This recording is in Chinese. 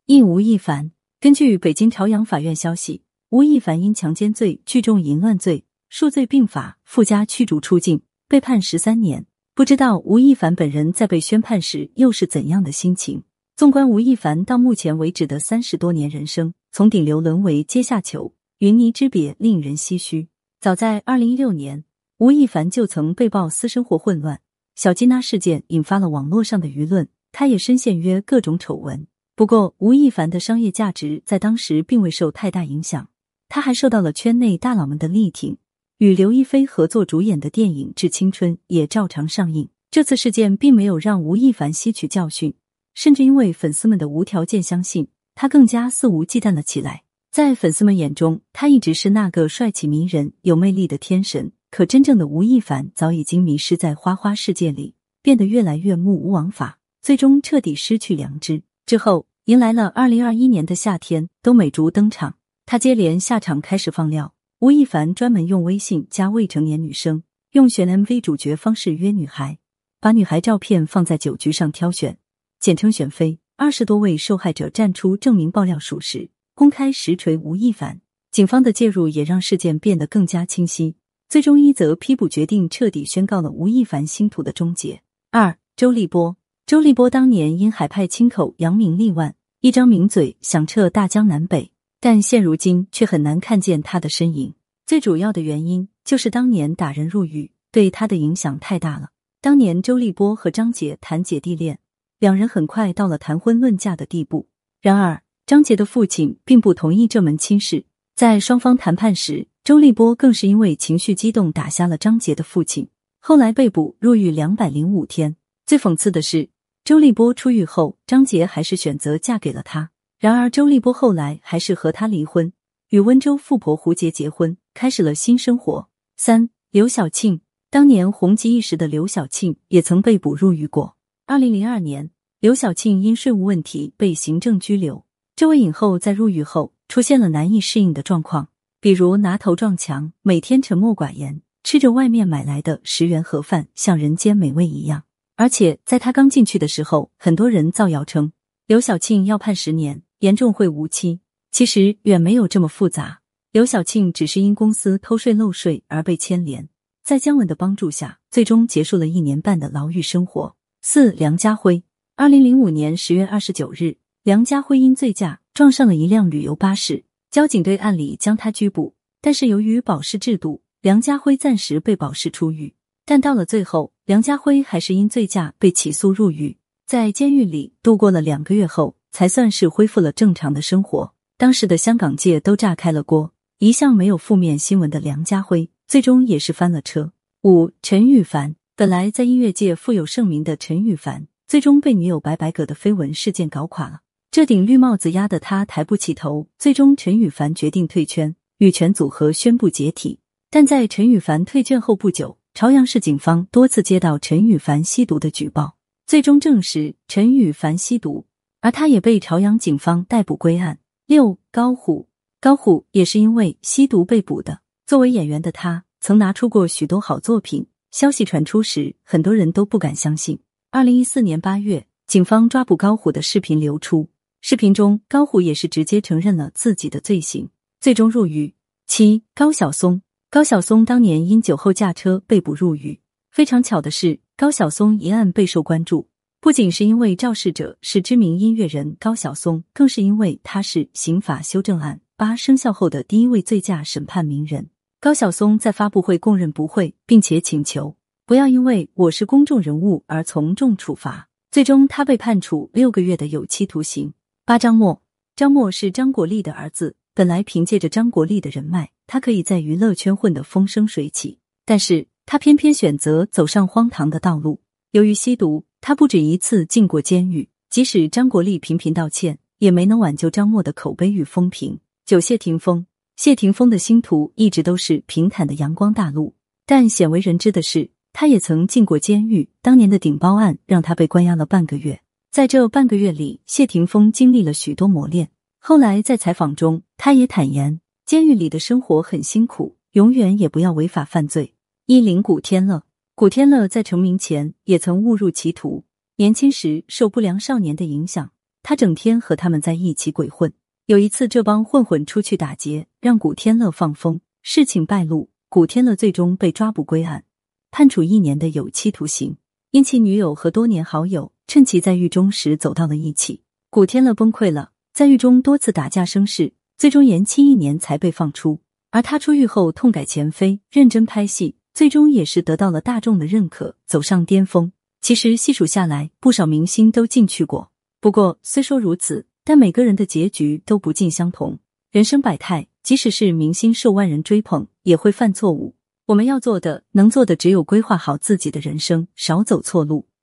一吴亦凡。根据北京朝阳法院消息，吴亦凡因强奸罪、聚众淫乱罪数罪并罚，附加驱逐出境，被判13年。不知道吴亦凡本人在被宣判时又是怎样的心情。纵观吴亦凡到目前为止的30多年人生，从顶流沦为阶下囚，云泥之别令人唏嘘。早在2016年，吴亦凡就曾被曝私生活混乱，小基娜事件引发了网络上的舆论，他也深陷约各种丑闻。不过吴亦凡的商业价值在当时并未受太大影响，他还受到了圈内大佬们的力挺，与刘亦菲合作主演的电影《致青春》也照常上映。这次事件并没有让吴亦凡吸取教训，甚至因为粉丝们的无条件相信，他更加肆无忌惮了起来。在粉丝们眼中，他一直是那个帅气迷人、有魅力的天神，可真正的吴亦凡早已经迷失在花花世界里，变得越来越目无王法，最终彻底失去良知。之后迎来了2021年的夏天，都美竹登场，他接连下场开始放料。吴亦凡专门用微信加未成年女生，用选 MV 主角方式约女孩，把女孩照片放在酒局上挑选，简称选妃。20多位受害者站出证明爆料属实，公开实锤吴亦凡。警方的介入也让事件变得更加清晰，最终一则批捕决定彻底宣告了吴亦凡星途的终结。2. 周立波。周立波当年因海派亲口扬名立万，一张名嘴响彻大江南北，但现如今却很难看见他的身影。最主要的原因就是当年打人入狱对他的影响太大了。当年周立波和张杰谈姐弟恋，两人很快到了谈婚论嫁的地步。然而张杰的父亲并不同意这门亲事，在双方谈判时，周立波更是因为情绪激动打瞎了张杰的父亲，后来被捕入狱205天。最讽刺的是，周立波出狱后，张杰还是选择嫁给了他。然而周立波后来还是和他离婚，与温州富婆胡洁结婚，开始了新生活。3. 刘晓庆。当年红极一时的刘晓庆也曾被捕入狱过。2002年，刘晓庆因税务问题被行政拘留。这位影后在入狱后出现了难以适应的状况，比如拿头撞墙，每天沉默寡言，吃着外面买来的10元盒饭，像人间美味一样。而且在他刚进去的时候，很多人造谣称刘晓庆要判10年，严重会无期。其实远没有这么复杂，刘晓庆只是因公司偷税漏税而被牵连，在姜文的帮助下，最终结束了1年半的牢狱生活。4. 梁家辉。2005年10月29日，梁家辉因醉驾撞上了一辆旅游巴士，交警队按理将他拘捕，但是由于保释制度，梁家辉暂时被保释出狱。但到了最后，梁家辉还是因醉驾被起诉入狱，在监狱里度过了2个月后，才算是恢复了正常的生活。当时的香港界都炸开了锅，一向没有负面新闻的梁家辉，最终也是翻了车。5. 陈羽凡。本来在音乐界富有盛名的陈羽凡，最终被女友白白葛的绯闻事件搞垮了。这顶绿帽子压得他抬不起头，最终陈羽凡决定退圈，羽泉组合宣布解体。但在陈羽凡退圈后不久，朝阳市警方多次接到陈羽凡吸毒的举报，最终证实陈羽凡吸毒，而他也被朝阳警方逮捕归案。6. 高虎。高虎也是因为吸毒被捕的。作为演员的他，曾拿出过许多好作品，消息传出时，很多人都不敢相信。2014年8月，警方抓捕高虎的视频流出，视频中高虎也是直接承认了自己的罪行，最终入狱。7. 高晓松。高晓松当年因酒后驾车被捕入狱。非常巧的是，高晓松一案备受关注，不仅是因为肇事者是知名音乐人高晓松，更是因为他是刑法修正案8生效后的第一位醉驾审判名人。高晓松在发布会供认不讳，并且请求不要因为我是公众人物而从重处罚。最终他被判处6个月的有期徒刑。8. 张默。张默是张国立的儿子，本来凭借着张国立的人脉，他可以在娱乐圈混得风生水起，但是他偏偏选择走上荒唐的道路。由于吸毒，他不止一次进过监狱，即使张国立频频道歉，也没能挽救张默的口碑与风评。9. 谢霆锋。谢霆锋的星途一直都是平坦的阳光大陆，但鲜为人知的是，他也曾进过监狱，当年的顶包案让他被关押了半个月。在这半个月里，谢霆锋经历了许多磨练。后来在采访中，他也坦言，监狱里的生活很辛苦，永远也不要违法犯罪。10. 古天乐。古天乐在成名前也曾误入歧途，年轻时受不良少年的影响， 他整天和他们在一起鬼混。有一次这帮混混出去打劫，让古天乐放风，事情败露，古天乐最终被抓捕归案，判处1年的有期徒刑。因其女友和多年好友趁其在狱中时走到了一起，古天乐崩溃了，在狱中多次打架生事，最终延期1年才被放出。而他出狱后痛改前非，认真拍戏，最终也是得到了大众的认可，走上巅峰。其实细数下来，不少明星都进去过。不过虽说如此，但每个人的结局都不尽相同。人生百态，即使是明星受万人追捧，也会犯错误。我们要做的、能做的只有规划好自己的人生，少走错路。